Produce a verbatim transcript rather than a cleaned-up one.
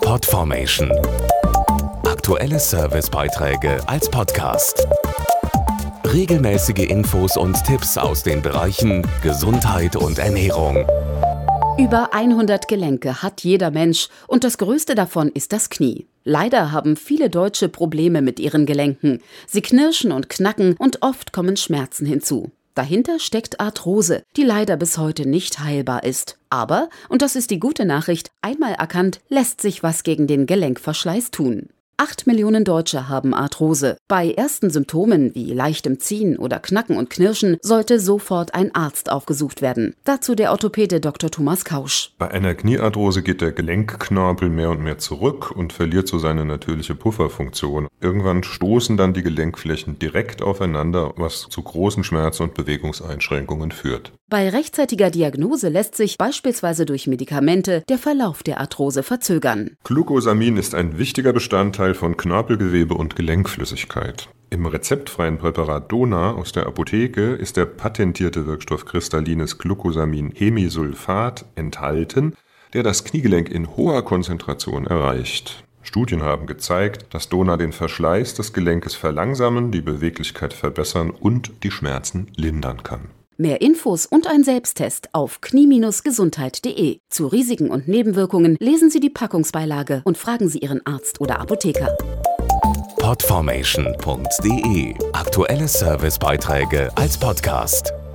Podformation. Aktuelle Servicebeiträge als Podcast. Regelmäßige Infos und Tipps aus den Bereichen Gesundheit und Ernährung. Über hundert Gelenke hat jeder Mensch und das größte davon ist das Knie. Leider haben viele Deutsche Probleme mit ihren Gelenken. Sie knirschen und knacken und oft kommen Schmerzen hinzu. Dahinter steckt Arthrose, die leider bis heute nicht heilbar ist. Aber, und das ist die gute Nachricht, einmal erkannt, lässt sich was gegen den Gelenkverschleiß tun. Acht Millionen Deutsche haben Arthrose. Bei ersten Symptomen wie leichtem Ziehen oder Knacken und Knirschen sollte sofort ein Arzt aufgesucht werden. Dazu der Orthopäde Doktor Thomas Kausch. Bei einer Kniearthrose geht der Gelenkknorpel mehr und mehr zurück und verliert so seine natürliche Pufferfunktion. Irgendwann stoßen dann die Gelenkflächen direkt aufeinander, was zu großen Schmerz- und Bewegungseinschränkungen führt. Bei rechtzeitiger Diagnose lässt sich beispielsweise durch Medikamente der Verlauf der Arthrose verzögern. Glucosamin ist ein wichtiger Bestandteil von Knorpelgewebe und Gelenkflüssigkeit. Im rezeptfreien Präparat Dona aus der Apotheke ist der patentierte Wirkstoff kristallines Glucosamin Hemisulfat enthalten, der das Kniegelenk in hoher Konzentration erreicht. Studien haben gezeigt, dass Dona den Verschleiß des Gelenkes verlangsamen, die Beweglichkeit verbessern und die Schmerzen lindern kann. Mehr Infos und ein Selbsttest auf knie gesundheit punkt de. Zu Risiken und Nebenwirkungen lesen Sie die Packungsbeilage und fragen Sie Ihren Arzt oder Apotheker. Podformation punkt de. Aktuelle Servicebeiträge als Podcast.